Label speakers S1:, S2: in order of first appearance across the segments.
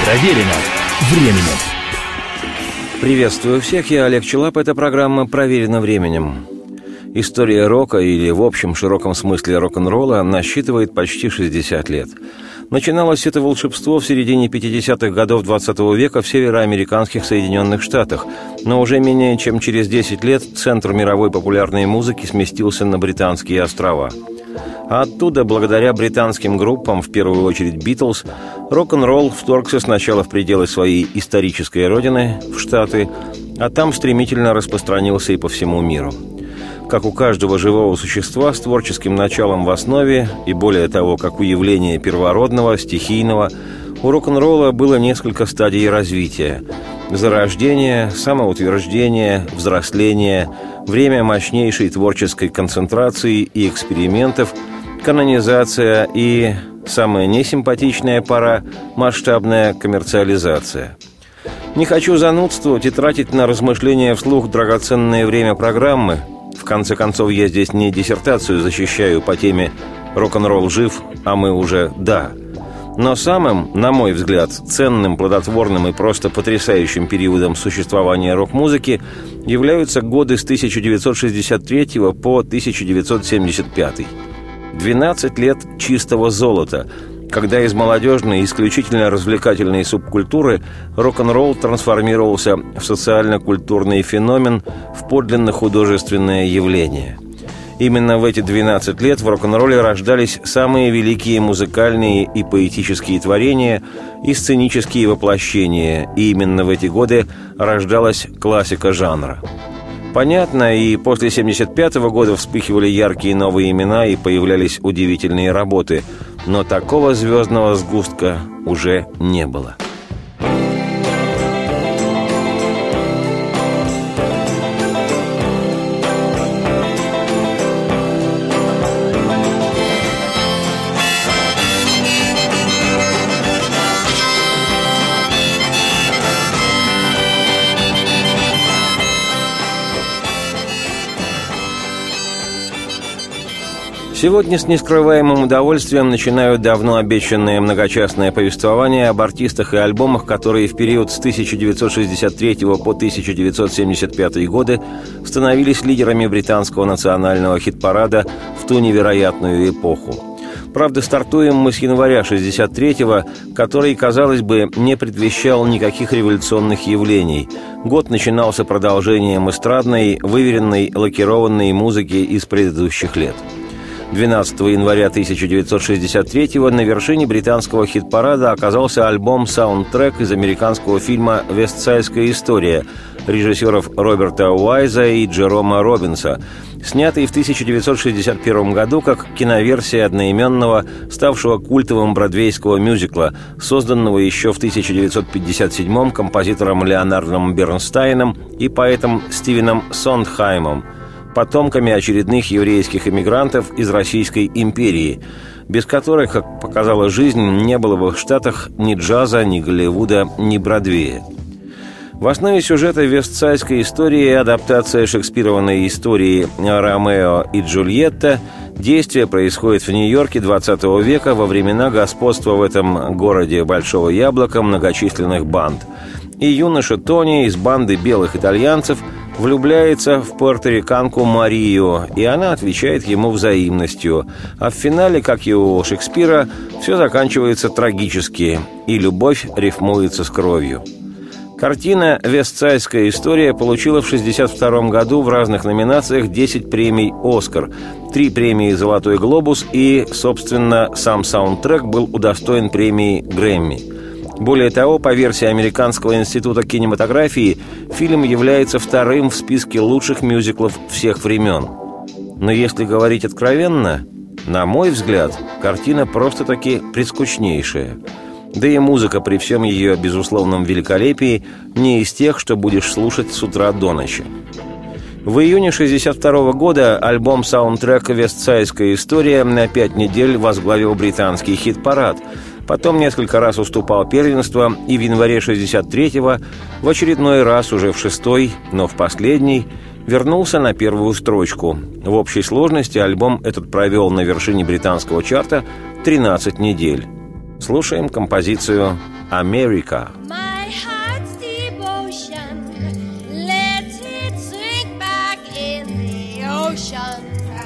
S1: Проверено временем.
S2: Приветствую всех, я Олег Челап. Это программа «Проверено временем». История рока, или в общем широком смысле рок-н-ролла, насчитывает почти 60 лет. Начиналось это волшебство в середине 50-х годов 20 века в североамериканских Соединенных Штатах, но уже менее чем через 10 лет центр мировой популярной музыки сместился на Британские острова. А оттуда, благодаря британским группам, в первую очередь «Битлз», рок-н-ролл вторгся сначала в пределы своей исторической родины, в Штаты, а там стремительно распространился и по всему миру. Как у каждого живого существа с творческим началом в основе, и более того, как у явления первородного, стихийного, у рок-н-ролла было несколько стадий развития: зарождение, самоутверждение, взросление, время мощнейшей творческой концентрации и экспериментов, канонизация и, самая несимпатичная пора, масштабная коммерциализация. Не хочу занудствовать и тратить на размышления вслух драгоценное время программы. В конце концов, я здесь не диссертацию защищаю по теме «Рок-н-ролл жив, а мы уже да». Но самым, на мой взгляд, ценным, плодотворным и просто потрясающим периодом существования рок-музыки являются годы с 1963 по 1975. 12 лет чистого золота, когда из молодежной, исключительно развлекательной субкультуры рок-н-ролл трансформировался в социально-культурный феномен, в подлинно художественное явление. Именно в эти 12 лет в рок-н-ролле рождались самые великие музыкальные и поэтические творения и сценические воплощения, и именно в эти годы рождалась классика жанра. Понятно, и после 1975 года вспыхивали яркие новые имена и появлялись удивительные работы, но такого звездного сгустка уже не было. Сегодня с нескрываемым удовольствием начинаю давно обещанное многочастное повествование об артистах и альбомах, которые в период с 1963 по 1975 годы становились лидерами британского национального хит-парада в ту невероятную эпоху. Правда, стартуем мы с января 1963-го, который, казалось бы, не предвещал никаких революционных явлений. Год начинался продолжением эстрадной, выверенной, лакированной музыки из предыдущих лет. 12 января 1963-го на вершине британского хит-парада оказался альбом-саундтрек из американского фильма «Вестсайдская история» режиссеров Роберта Уайза и Джерома Робинса, снятый в 1961 году как киноверсия одноименного, ставшего культовым бродвейского мюзикла, созданного еще в 1957-м композитором Леонардом Бернстайном и поэтом Стивеном Сондхаймом, потомками очередных еврейских эмигрантов из Российской империи, без которых, как показала жизнь, не было бы в Штатах ни джаза, ни Голливуда, ни Бродвея. В основе сюжета «Вестсайдской истории» адаптация шекспированной истории «Ромео и Джульетта». Действие происходит в Нью-Йорке XX века во времена господства в этом городе Большого Яблока многочисленных банд. И юноша Тони из банды белых итальянцев влюбляется в пуэрториканку Марию, и она отвечает ему взаимностью. А в финале, как и у Шекспира, все заканчивается трагически, и любовь рифмуется с кровью. Картина «Вестсайдская история» получила в 1962 году в разных номинациях 10 премий «Оскар», 3 премии «Золотой глобус» и, собственно, сам саундтрек был удостоен премии «Грэмми». Более того, по версии Американского института кинематографии, фильм является вторым в списке лучших мюзиклов всех времен. Но если говорить откровенно, на мой взгляд, картина просто-таки прискучнейшая. Да и музыка при всем ее безусловном великолепии не из тех, что будешь слушать с утра до ночи. В июне 1962 года альбом-саундтрек «Вестсайдская история» на 5 недель возглавил британский хит-парад. Потом несколько раз уступал первенство, и в январе 1963-го в очередной раз, уже в 6-й, но в последний, вернулся на первую строчку. В общей сложности альбом этот провел на вершине британского чарта 13 недель. Слушаем композицию «America».
S3: My heart's devotion, let it sink back in the ocean.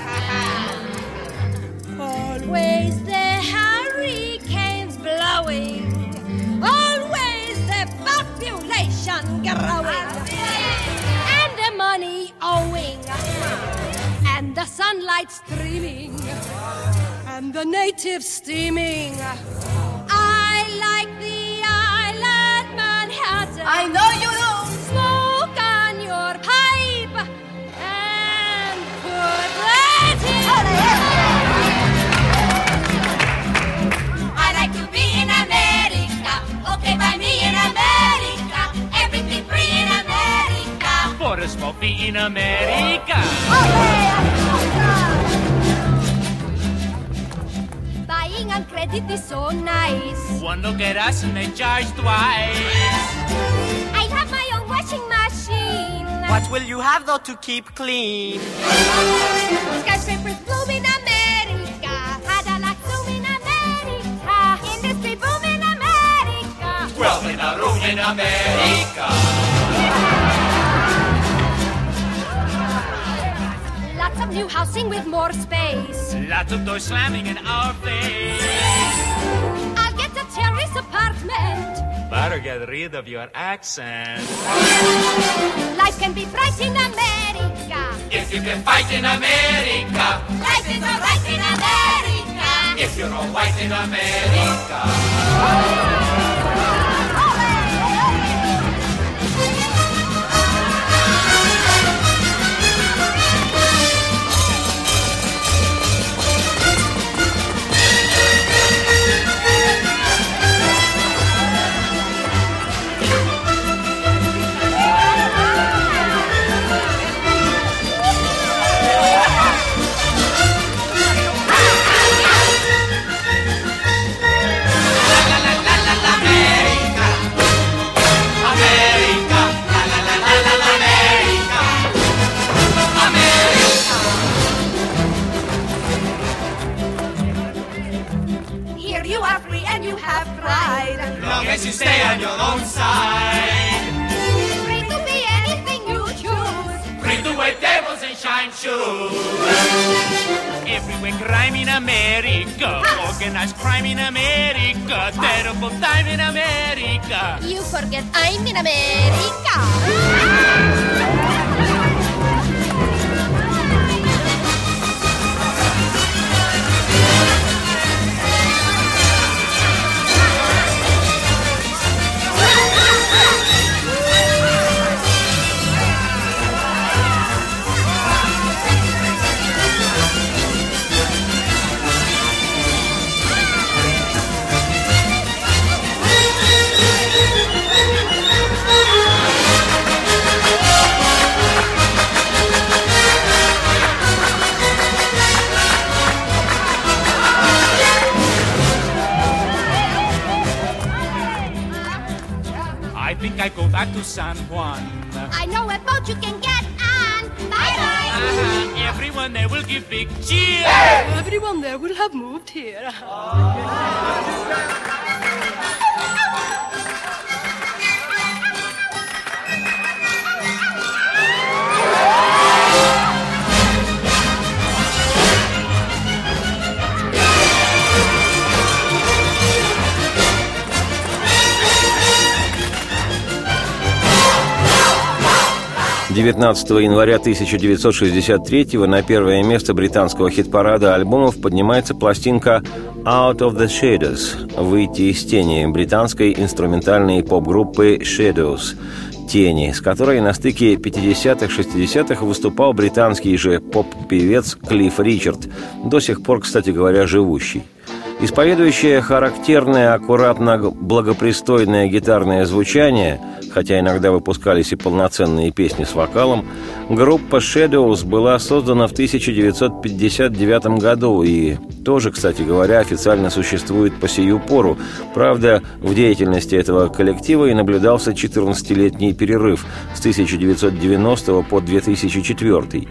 S3: Always the hurricanes blowing, always the population growing, and the money owing, and the sunlight streaming, and the natives steaming. I like the island Manhattan.
S4: I know you do.
S3: Smoke on your pipe and put that in.
S4: I like to be in America. Okay, by me in America. Everything free in America.
S5: For a small fee in America.
S3: Buying on credit is so nice.
S5: One look at us and they charge twice.
S3: I have my own washing machine.
S6: What will you have though to keep clean?
S3: Skyscrapers bloom in America. Cadillac zoom in America. Industry boom in America.
S5: Wealth in a room in America.
S3: Lots of new housing with more space.
S5: Lots of doors slamming in our face.
S3: I'll get a terrace apartment.
S5: Better get rid of your accent.
S3: Life can be bright in America.
S5: If you can fight in America.
S3: Life is alright in America.
S5: If you're all white in America.
S4: Here you are free and you have pride.
S5: Long as you stay on your own side.
S3: Free to be anything you choose.
S5: Free to wear tables and shine shoes. Everywhere crime in America. Organized crime in America. Terrible time in America.
S3: You forget I'm in America.
S5: I think I go back to San Juan.
S3: I know a boat you can get on. Bye-bye.
S5: Everyone there will give big cheer.
S3: Everyone there will have moved here.
S2: – 19 января 1963-го на первое место британского хит-парада альбомов поднимается пластинка «Out of the Shadows» – «Выйти из тени» британской инструментальной поп-группы «Shadows» – «Тени», с которой на стыке 50-х-60-х выступал британский же поп-певец Клифф Ричард, до сих пор, кстати говоря, живущий. Исповедующая характерное, аккуратно благопристойное гитарное звучание, хотя иногда выпускались и полноценные песни с вокалом, группа Shadows была создана в 1959 году и тоже, кстати говоря, официально существует по сию пору. Правда, в деятельности этого коллектива и наблюдался 14-летний перерыв с 1990 по 2004.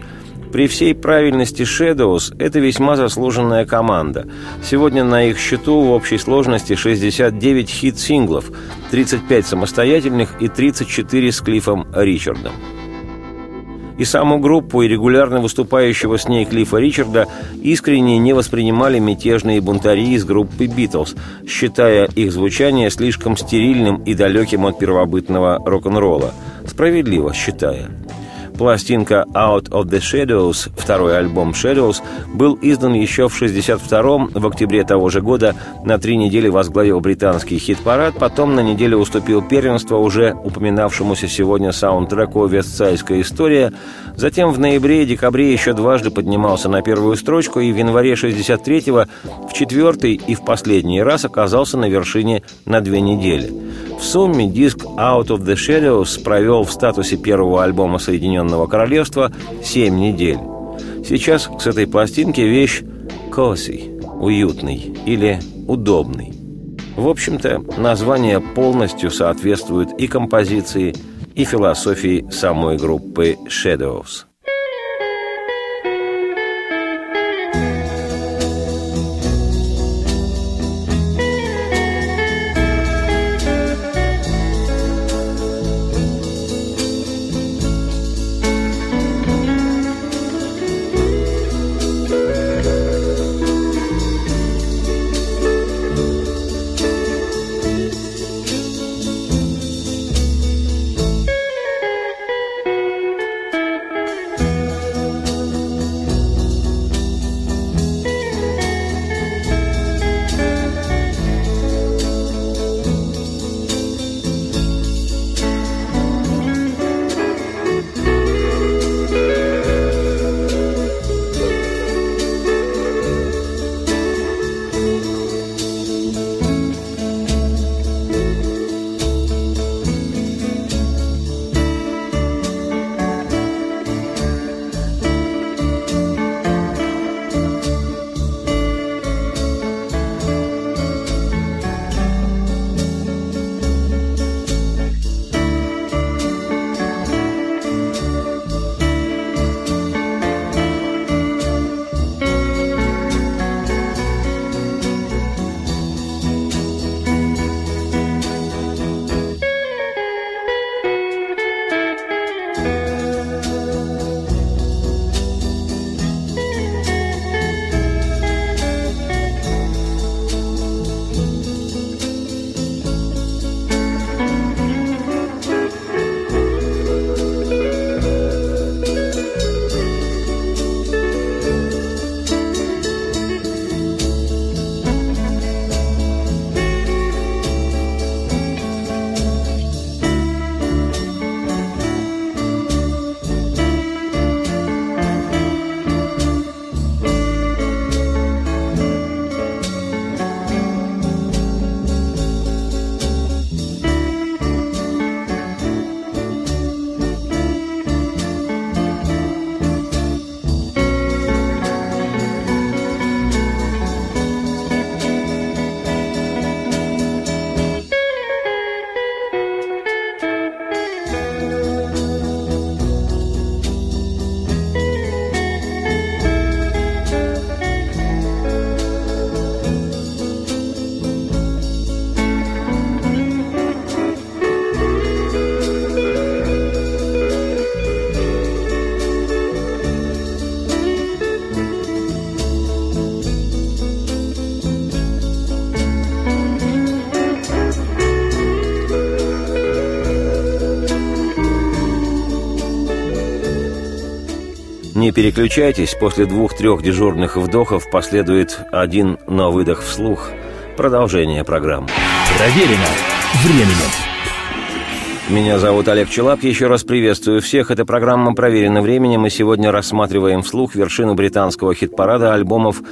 S2: При всей правильности Shadows это весьма заслуженная команда. Сегодня на их счету в общей сложности 69 хит-синглов, 35 самостоятельных и 34 с Клиффом Ричардом. И саму группу, и регулярно выступающего с ней Клиффа Ричарда искренне не воспринимали мятежные бунтари из группы «Битлз», считая их звучание слишком стерильным и далеким от первобытного рок-н-ролла. Справедливо считая. Пластинка «Out of the Shadows», второй альбом «Shadows», был издан еще в 1962-м, в октябре того же года, на 3 недели возглавил британский хит-парад, потом на неделю уступил первенство уже упоминавшемуся сегодня саундтреку «Вестсайдская история», затем в ноябре и декабре еще дважды поднимался на первую строчку и в январе 1963-го в 4-й и в последний раз оказался на вершине на 2 недели. В сумме диск «Out of the Shadows» провел в статусе первого альбома Соединенного Королевства 7 недель. Сейчас с этой пластинки вещь «cozy» – «уютный» или «удобный». В общем-то, название полностью соответствует и композиции, и философии самой группы «Shadows». Не переключайтесь, после 2-3 дежурных вдохов последует 1 на выдох вслух. Продолжение программы.
S1: Проверено временем.
S2: Меня зовут Олег Челап. Еще раз приветствую всех. Это программа «Проверено временем». Мы сегодня рассматриваем вслух вершину британского хит-парада альбомов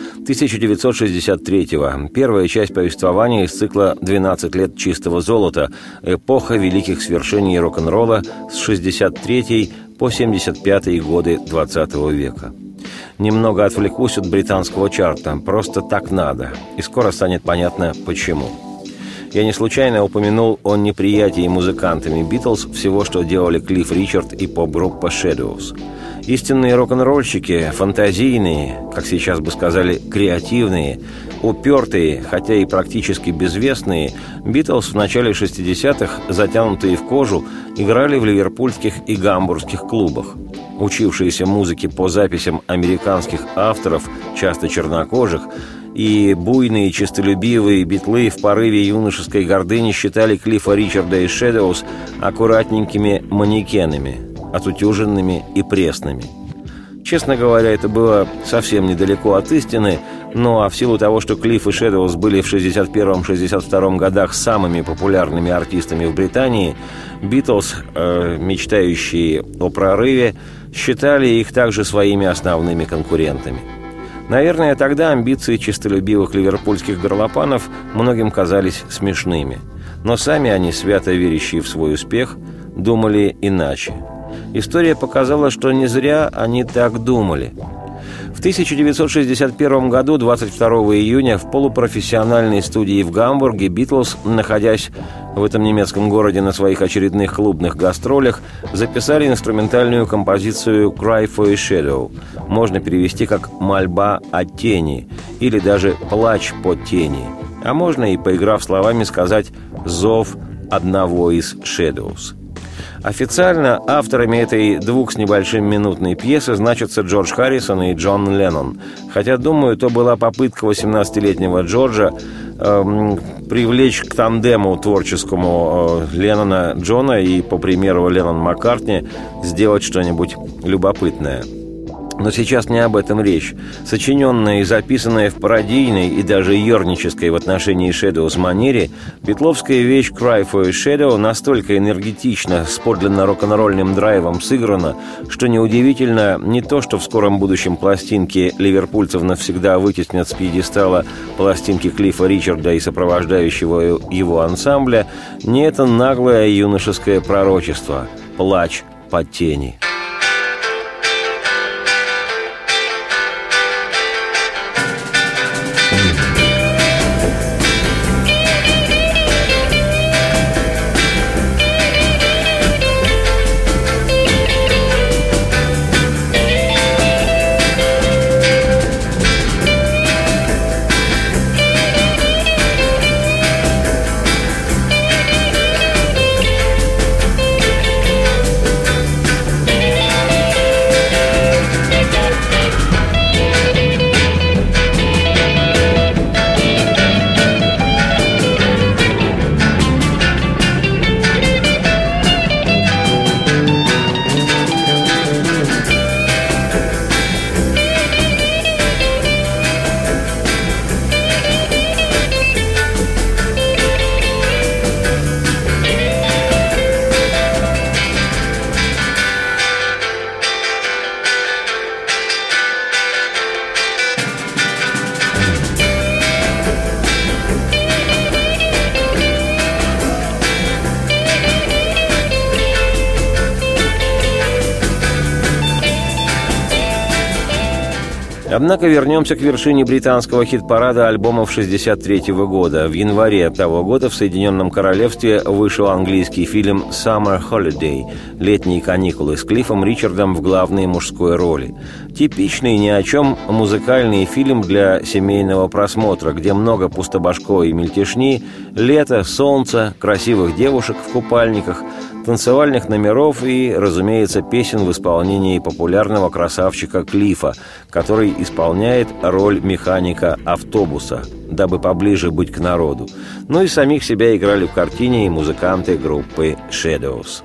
S2: 1963-го. Первая часть повествования из цикла «12 лет чистого золота». Эпоха великих свершений рок-н-ролла с 63-й по 75-е годы 20 века. Немного отвлекусь от британского чарта. Просто так надо. И скоро станет понятно, почему. Я не случайно упомянул о неприятии музыкантами «Битлз» всего, что делали Клифф Ричард и поп-группа «Shadows». Истинные рок-н-ролльщики, фантазийные, как сейчас бы сказали, креативные, упертые, хотя и практически безвестные, «Битлз» в начале 60-х, затянутые в кожу, играли в ливерпульских и гамбургских клубах. Учившиеся музыке по записям американских авторов, часто чернокожих, и буйные, честолюбивые битлы в порыве юношеской гордыни считали Клиффа Ричарда и «Shadows» аккуратненькими манекенами, отутюженными и пресными. Честно говоря, это было совсем недалеко от истины, но в силу того, что Клифф и «Shadows» были в 61-62 годах самыми популярными артистами в Британии, «Битлз», мечтающие о прорыве, считали их также своими основными конкурентами. Наверное, тогда амбиции честолюбивых ливерпульских горлопанов многим казались смешными, но сами они, свято верящие в свой успех, думали иначе. История показала, что не зря они так думали. В 1961 году, 22 июня, в полупрофессиональной студии в Гамбурге «Битлз», находясь в этом немецком городе на своих очередных клубных гастролях, записали инструментальную композицию «Cry for a Shadow». Можно перевести как «Мольба о тени» или даже «Плач по тени». А можно и, поиграв словами, сказать «Зов одного из Shadows». Официально авторами этой 2 с небольшим минутной пьесы значатся Джордж Харрисон и Джон Леннон. Хотя, думаю, то была попытка 18-летнего Джорджа привлечь к тандему творческому Леннона-Джона и, по примеру Леннон-Маккартни, сделать что-нибудь любопытное. Но сейчас не об этом речь. Сочиненная и записанная в пародийной и даже ернической в отношении «Shadows» манере, битловская вещь «Cry for a Shadow» настолько энергетично, с подлинно рок-н-ролльным драйвом сыграна, что неудивительно не то, что в скором будущем пластинки ливерпульцев навсегда вытеснят с пьедестала пластинки Клиффа Ричарда и сопровождающего его ансамбля, не это наглое юношеское пророчество «Плач по тени». Однако вернемся к вершине британского хит-парада альбомов 1963 года. В январе того года в Соединенном Королевстве вышел английский фильм «Summer Holiday» – «Летние каникулы» с Клиффом Ричардом в главной мужской роли. Типичный ни о чем музыкальный фильм для семейного просмотра, где много пустобашкой и мельтешни, лето, солнце, красивых девушек в купальниках, танцевальных номеров и, разумеется, песен в исполнении популярного красавчика Клиффа, который исполняет роль механика автобуса, дабы поближе быть к народу. Ну и самих себя играли в картине и музыканты группы «Shadows».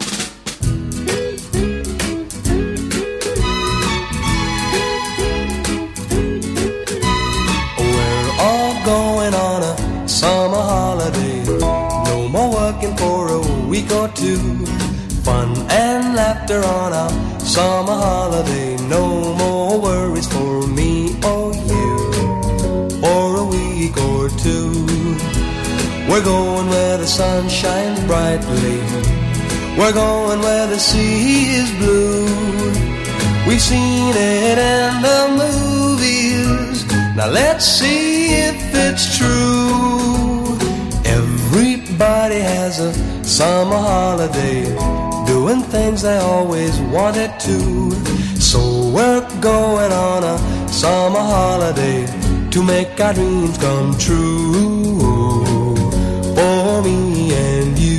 S7: Summer holiday, no more working for a week or two. Fun and laughter on our summer holiday, no more worries for me or you for a week or two. We're going where the sun shines brightly, we're going where the sea is blue. We've seen it in the movies, now let's see if it's true. Every summer holiday, doing things they always wanted to. So we're going on a summer holiday to make our dreams come true, for me and you.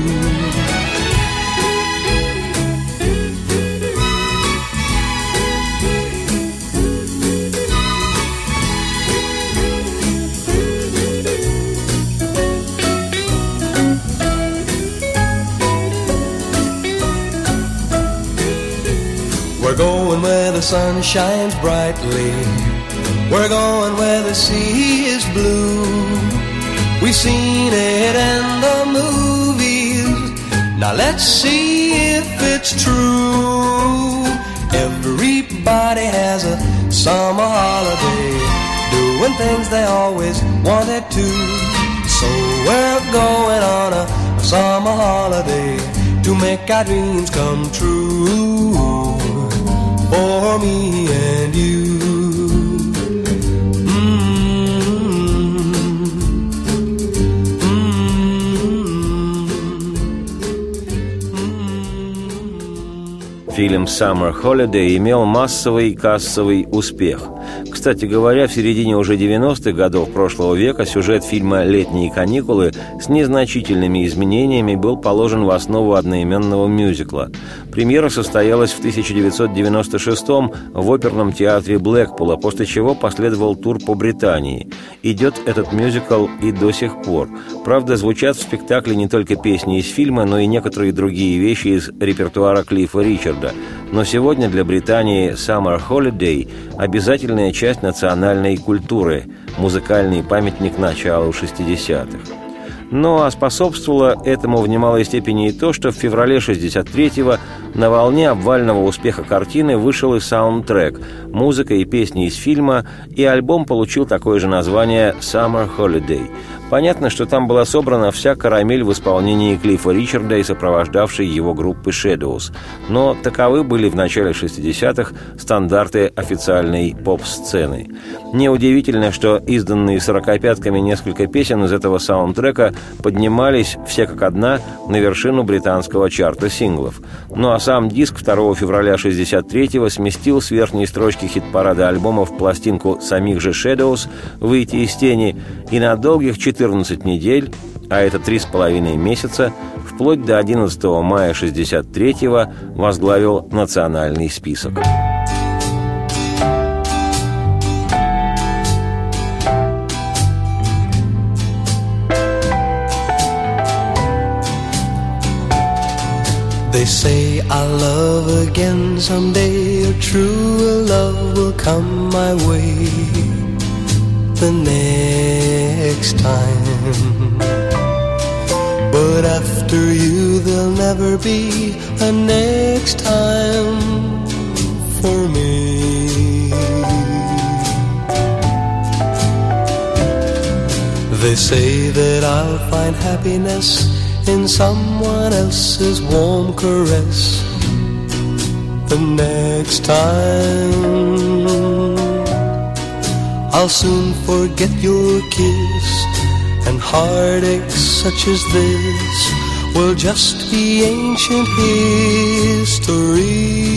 S7: We're going where the sun shines brightly. We're going where the sea is blue. We've seen it in the movies. Now let's see if it's true. Everybody has a summer holiday, doing things they always wanted to. So we're going on a summer holiday to make our dreams come true, for me and you.
S2: Фильм «Summer Holiday» имел массовый кассовый успех. Кстати говоря, в середине уже 90-х годов прошлого века сюжет фильма «Летние каникулы» с незначительными изменениями был положен в основу одноименного мюзикла. Премьера состоялась в 1996-м в оперном театре Блэкпула, после чего последовал тур по Британии. Идет этот мюзикл и до сих пор. Правда, звучат в спектакле не только песни из фильма, но и некоторые другие вещи из репертуара Клиффа Ричарда. Но сегодня для Британии «Summer Holiday» – обязательная часть национальной культуры, музыкальный памятник начала 60-х. Ну а способствовало этому в немалой степени и то, что в феврале 63-го на волне обвального успеха картины вышел и саундтрек, музыка и песни из фильма, и альбом получил такое же название «Summer Holiday». Понятно, что там была собрана вся карамель в исполнении Клиффа Ричарда и сопровождавшей его группы Shadows. Но таковы были в начале 60-х стандарты официальной поп-сцены. Неудивительно, что изданные 45-ками несколько песен из этого саундтрека поднимались все как одна на вершину британского чарта синглов. Ну а сам диск 2 февраля 63-го сместил с верхней строчки хит-парада альбомов пластинку самих же Shadows «Выйти из тени» и на долгих 14 недель, а это 3,5 месяца, вплоть до 11 мая 63-го возглавил национальный список.
S7: They say I'll love again someday, a true love will come my way the next time. But after you there'll never be a next time for me. They say that I'll find happiness in someone else's warm caress the next time. I'll soon forget your kiss, and heartaches such as this will just be ancient history.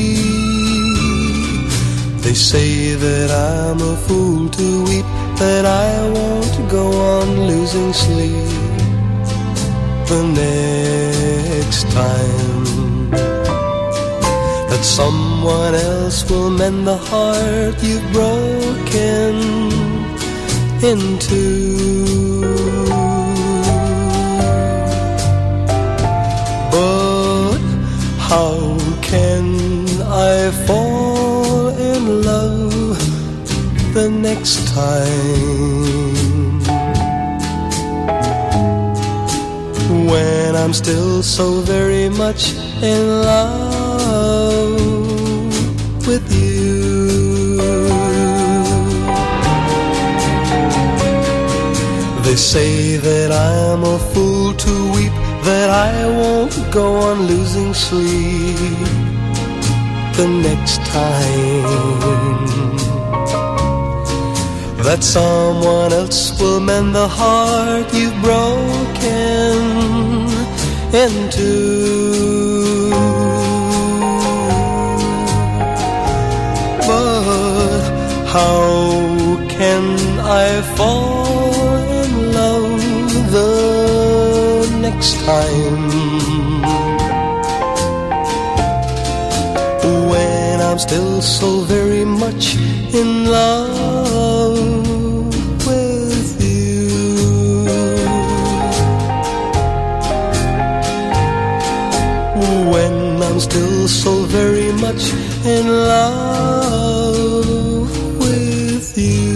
S7: They say that I'm a fool to weep, that I won't go on losing sleep the next time, that someone else will mend the heart you've broken into. But how can I fall in love the next time when I'm still so very much in love with you? They say that I'm a fool to weep, that I won't go on losing sleep the next time, that someone else will mend the heart you've broken into. But how can I fall in love the next time when I'm still so very much in love with you? When I'm still so very much in love with you.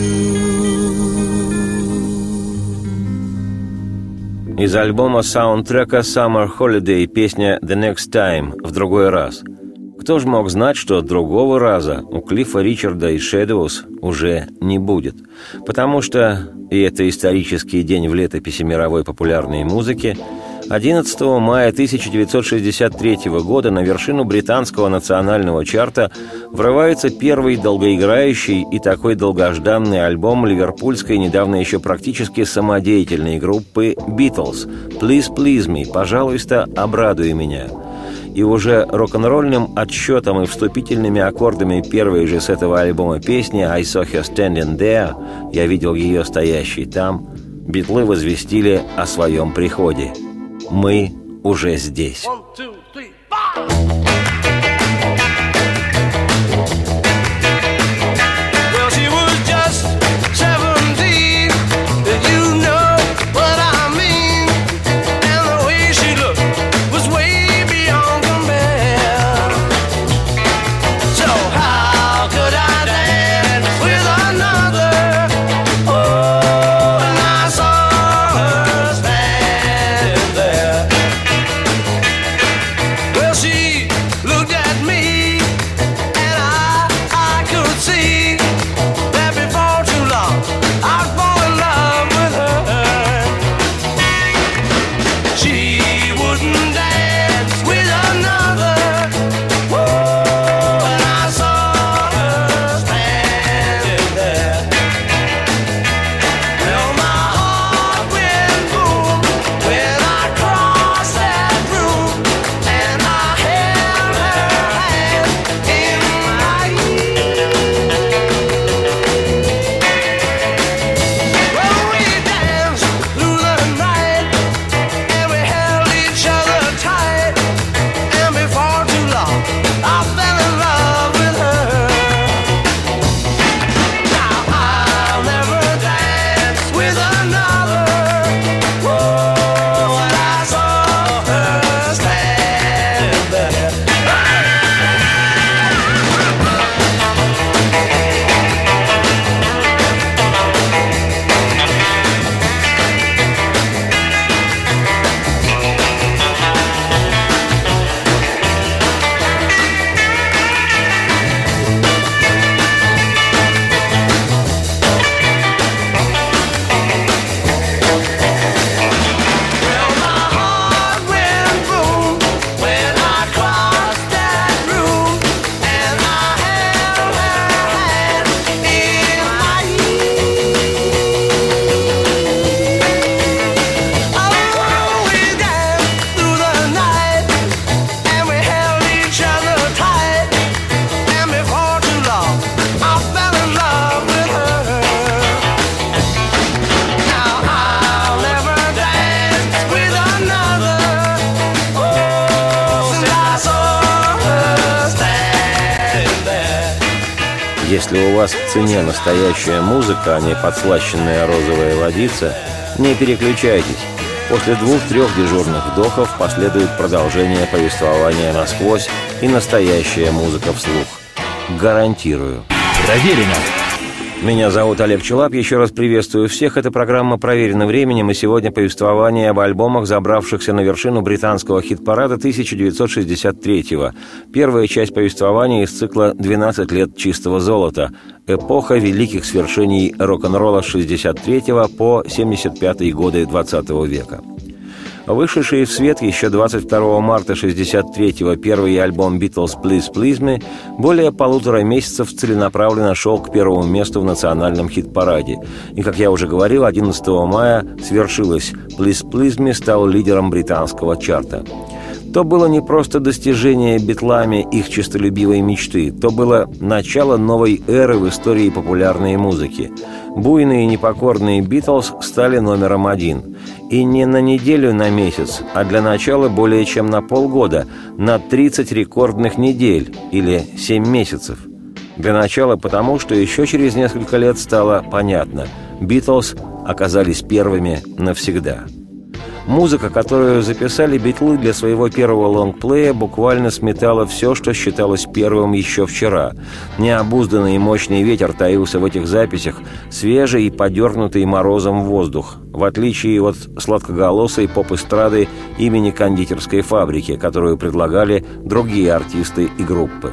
S2: Из альбома саундтрека Summer Holiday песня «The Next Time» «В другой раз». Кто же мог знать, что другого раза у Клиффа Ричарда и Shadows уже не будет? Потому что, и это исторический день в летописи мировой популярной музыки, 11 мая 1963 года на вершину британского национального чарта врывается первый долгоиграющий и такой долгожданный альбом ливерпульской, недавно еще практически самодеятельной группы «Beatles» «Please Please Me», «Пожалуйста, обрадуй меня». И уже рок-н-ролльным отсчетом и вступительными аккордами первой же с этого альбома песни «I saw her standing there» «Я видел ее стоящей там» битлы возвестили о своем приходе. Мы уже здесь.
S5: One, two, three, four.
S7: Well, she was just 17, you know what I mean. And the way she looked was way beyond compare. So how could I dance with another? Oh, and I saw her standing there. Well, she looked at me, and I could see that before too long I'd fall in love with her. She wouldn't dance with another. Oh, and I saw her standing there. Well, my heart went boom when I crossed that room, and I held her hand in mine. Well, we danced through the night, and we held each other tight, and before too long I fell in love with her. Now I'll never dance with another. Oh, and I saw her standing there. Well, my heart went boom when I crossed that room, and I held her hand in mine. Oh, we danced through the night, and we held each other tight, and before too long I fell in love with her. Now I'll never dance with another. Oh, since I saw her standing there.
S2: Если у вас в цене настоящая музыка, а не подслащенная розовая водица, не переключайтесь. После 2-3 дежурных вдохов последует продолжение повествования насквозь и настоящая музыка вслух. Гарантирую.
S1: Проверено.
S2: Меня зовут Олег Челап. Еще раз приветствую всех. Эта программа «Проверена временем», и сегодня повествование об альбомах, забравшихся на вершину британского хит-парада 1963-го. Первая часть повествования из цикла «12 лет чистого золота». Эпоха великих свершений рок-н-ролла с 63 по 75 годы 20 века. Вышедший в свет еще 22 марта 1963-го первый альбом «Beatles Please Please Me» более 1,5 месяцев целенаправленно шел к первому месту в национальном хит-параде. И, как я уже говорил, 11 мая свершилось. «Please Please Me» стал лидером британского чарта. То было не просто достижение битлами их честолюбивой мечты, то было начало новой эры в истории популярной музыки. Буйные и непокорные «Битлз» стали номером 1. И не на неделю, на месяц, а для начала более чем на полгода, на 30 рекордных недель или 7 месяцев. Для начала потому, что еще через несколько лет стало понятно – «Битлз» оказались первыми навсегда. Музыка, которую записали битлы для своего первого лонгплея, буквально сметала все, что считалось первым еще вчера. Необузданный и мощный ветер таился в этих записях, свежий и подернутый морозом воздух, в отличие от сладкоголосой поп-эстрады имени кондитерской фабрики, которую предлагали другие артисты и группы.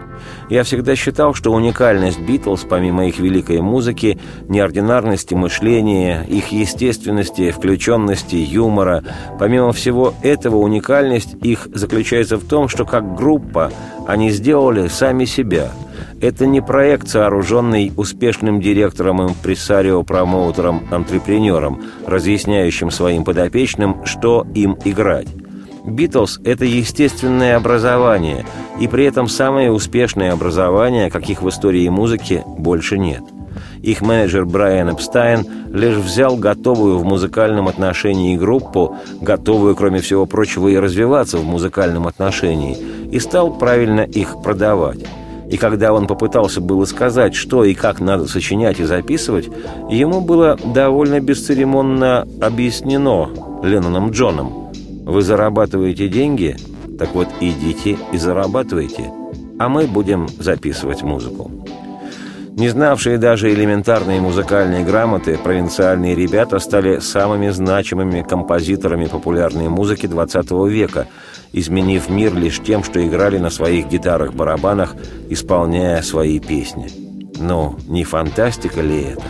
S2: Я всегда считал, что уникальность «Битлз», помимо их великой музыки, неординарности мышления, их естественности, включенности, юмора, помимо всего этого, уникальность их заключается в том, что как группа они сделали сами себя. Это не проект, сооруженный успешным директором, импресарио, промоутером, антрепренером, разъясняющим своим подопечным, что им играть. «Битлз» — это естественное образование, и при этом самое успешное образование, каких в истории музыки больше нет. Их менеджер Брайан Эпстайн лишь взял готовую в музыкальном отношении группу, готовую, кроме всего прочего, и развиваться в музыкальном отношении, и стал правильно их продавать. И когда он попытался было сказать, что и как надо сочинять и записывать, ему было довольно бесцеремонно объяснено Ленноном Джоном: «Вы зарабатываете деньги? Так вот идите и зарабатывайте, а мы будем записывать музыку». Не знавшие даже элементарные музыкальные грамоты, провинциальные ребята стали самыми значимыми композиторами популярной музыки XX века, изменив мир лишь тем, что играли на своих гитарах-барабанах, исполняя свои песни. Ну, не фантастика ли это?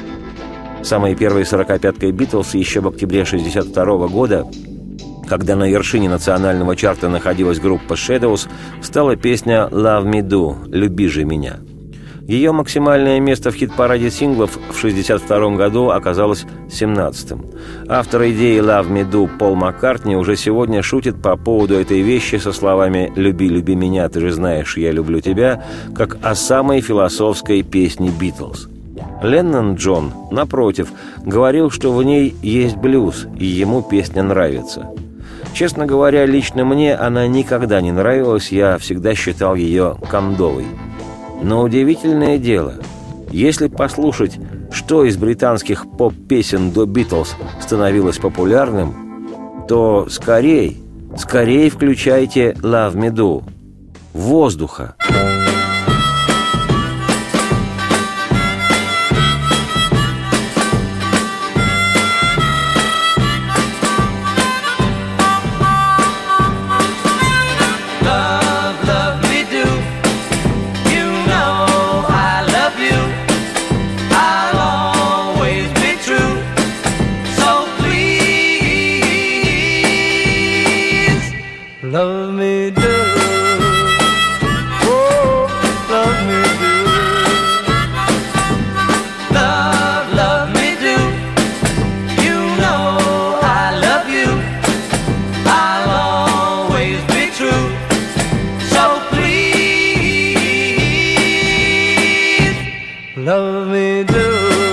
S2: Самой первой 45-кой «Битлз» еще в октябре 1962 года, когда на вершине национального чарта находилась группа Shadows, стала песня «Love Me Do» – «Люби же меня». Ее максимальное место в хит-параде синглов в 1962 году оказалось 17-м. Автор идеи «Love Me Do» Пол Маккартни уже сегодня шутит по поводу этой вещи со словами «Люби, люби меня, ты же знаешь, я люблю тебя», как о самой философской песне «Битлз». Леннон Джон, напротив, говорил, что в ней есть блюз, и ему песня нравится. Честно говоря, лично мне она никогда не нравилась, я всегда считал ее кондовой. Но удивительное дело, если послушать, что из британских поп-песен до «Битлз» становилось популярным, то скорее включайте «Love Me Do» – «Воздуха».
S7: Love me do, oh, love me do. Love me do. You know I love you. I'll always be true. So please, love me do,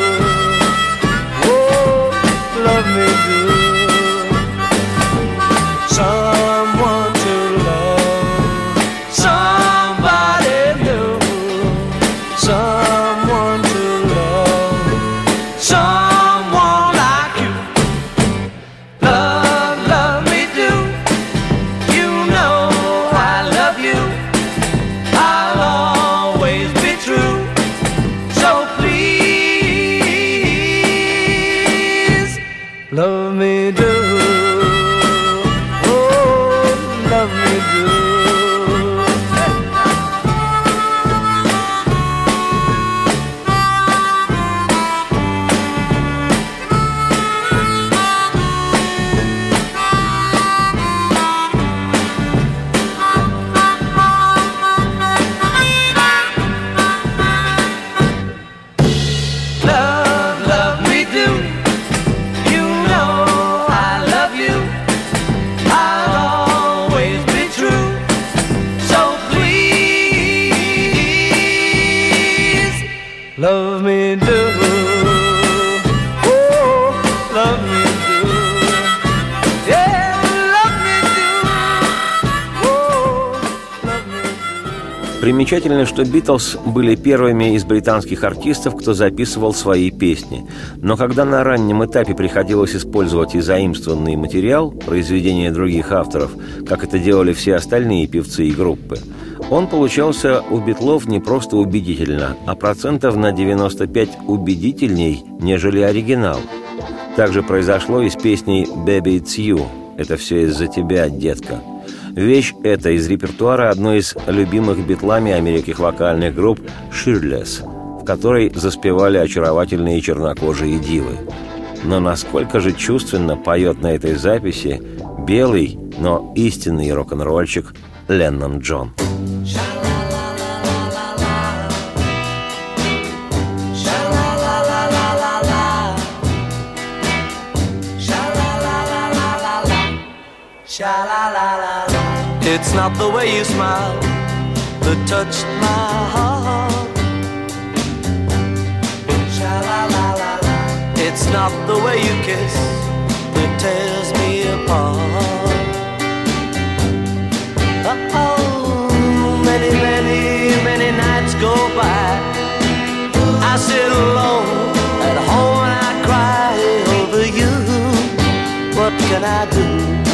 S7: oh, love me do. Someone to love, somebody new. Someone to love, someone like you. Love me do. You know I love you. I'll always be true. So please, love me do. Love me do.
S2: Примечательно, что «Битлз» были первыми из британских артистов, кто записывал свои песни. Но когда на раннем этапе приходилось использовать и заимствованный материал, произведения других авторов, как это делали все остальные певцы и группы, он получался у «Битлов» не просто убедительно, а процентов на 95 убедительней, нежели оригинал. Также произошло и с песней «Baby, it's you» – «Это все из-за тебя, детка». Вещь эта из репертуара одной из любимых битлами американских вокальных групп «Shirtless», в которой заспевали очаровательные чернокожие дивы. Но насколько же чувственно поет на этой записи белый, но истинный рок-н-ролльщик Леннон Джон.
S7: It's not the way you smile that touched my heart. Sha-la-la-la-la. It's not the way you kiss that tears me apart. Oh, many, many, many nights go by. I sit alone at home and I cry over you. What can I do?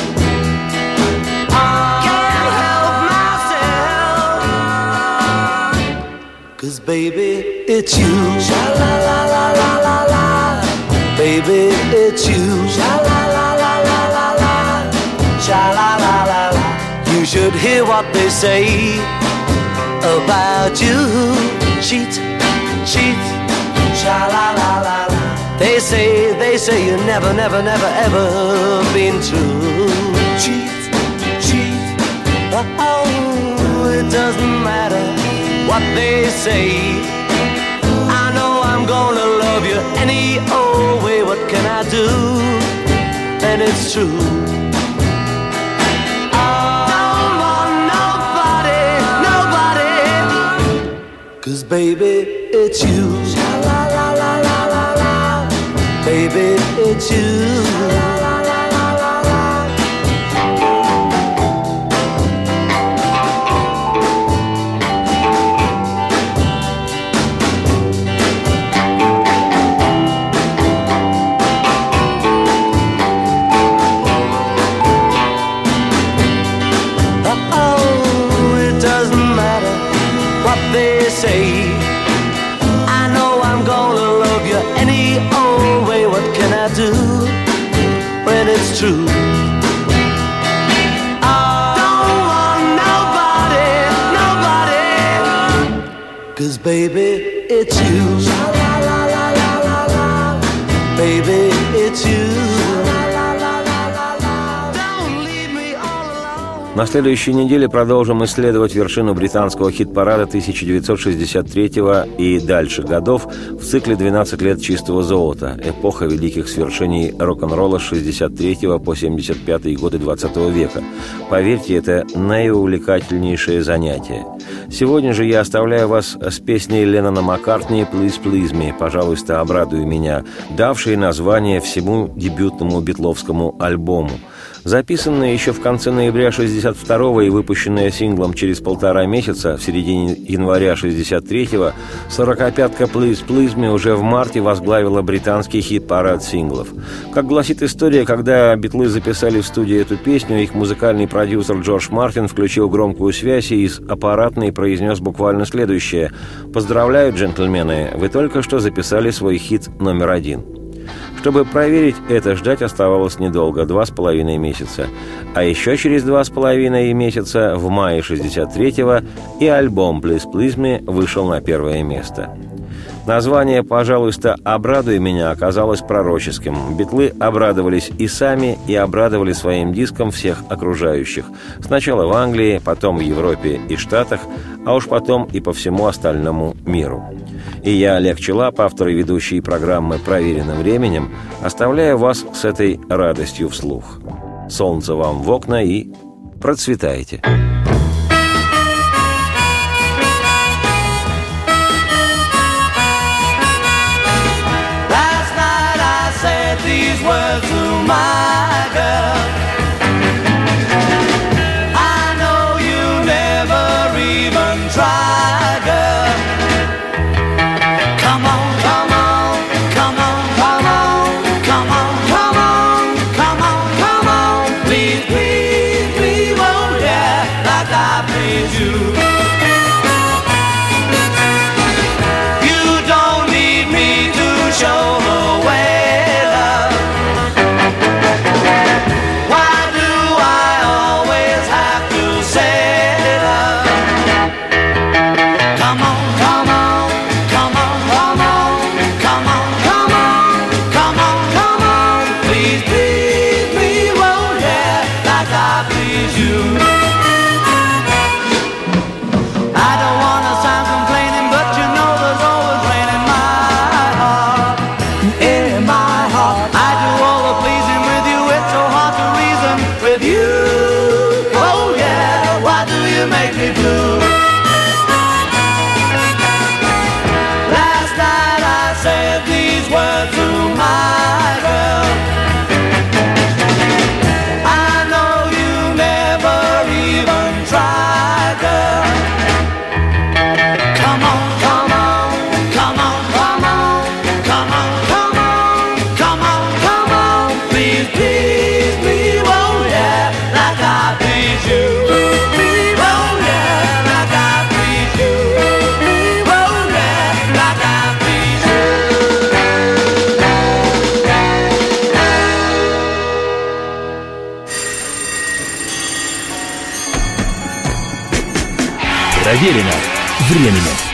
S7: Cause baby, it's you. Sha-la-la-la-la-la-la. Baby, it's you. Sha-la-la-la-la-la-la. Sha-la-la-la-la. You should hear what they say about you. Cheat, cheat. Sha-la-la-la-la. They say you never, never, never, ever been true. Cheat, cheat. Oh, it doesn't matter what they say. I know I'm gonna love you any old way. What can I do? And it's true. I don't want nobody, nobody. Cause baby, it's you. Sha-la-la-la-la-la-la. Baby, it's you. I know I'm gonna love you any old way. What can I do when it's true? I don't want nobody, nobody. Cause baby, it's you. Sha-la-la-la-la-la-la. Baby, it's you.
S2: На следующей неделе продолжим исследовать вершину британского хит-парада 1963 и дальше годов в цикле «12 лет чистого золота», эпоха великих свершений рок-н-ролла с 63 по 75 годы 20 века. Поверьте, это наиувлекательнейшее занятие. Сегодня же я оставляю вас с песней Леннона Маккартни «Please, please me», «Пожалуйста, обрадуй меня», давшей название всему дебютному битловскому альбому. Записанная еще в конце ноября 1962-го и выпущенная синглом через 1,5 месяца, в середине января 1963-го, 45-ка «Please, please me» уже в марте возглавила британский хит-парад синглов. Как гласит история, когда битлы записали в студии эту песню, их музыкальный продюсер Джордж Мартин включил громкую связь и из аппаратной произнес буквально следующее: «Поздравляю, джентльмены, вы только что записали свой хит номер 1». Чтобы проверить это, ждать оставалось недолго, 2,5 месяца. А еще через 2,5 месяца, в мае 63-го, и альбом «Please, please me» вышел на первое место. Название «Пожалуйста, обрадуй меня» оказалось пророческим. Битлы обрадовались и сами, и обрадовали своим диском всех окружающих. Сначала в Англии, потом в Европе и Штатах, а уж потом и по всему остальному миру. И я, Олег Челап, автор и ведущий программы «Проверенным временем», оставляю вас с этой радостью вслух. Солнце вам в окна и процветайте!
S7: These words to my girl. I know you never even tried.
S1: Проверено временем.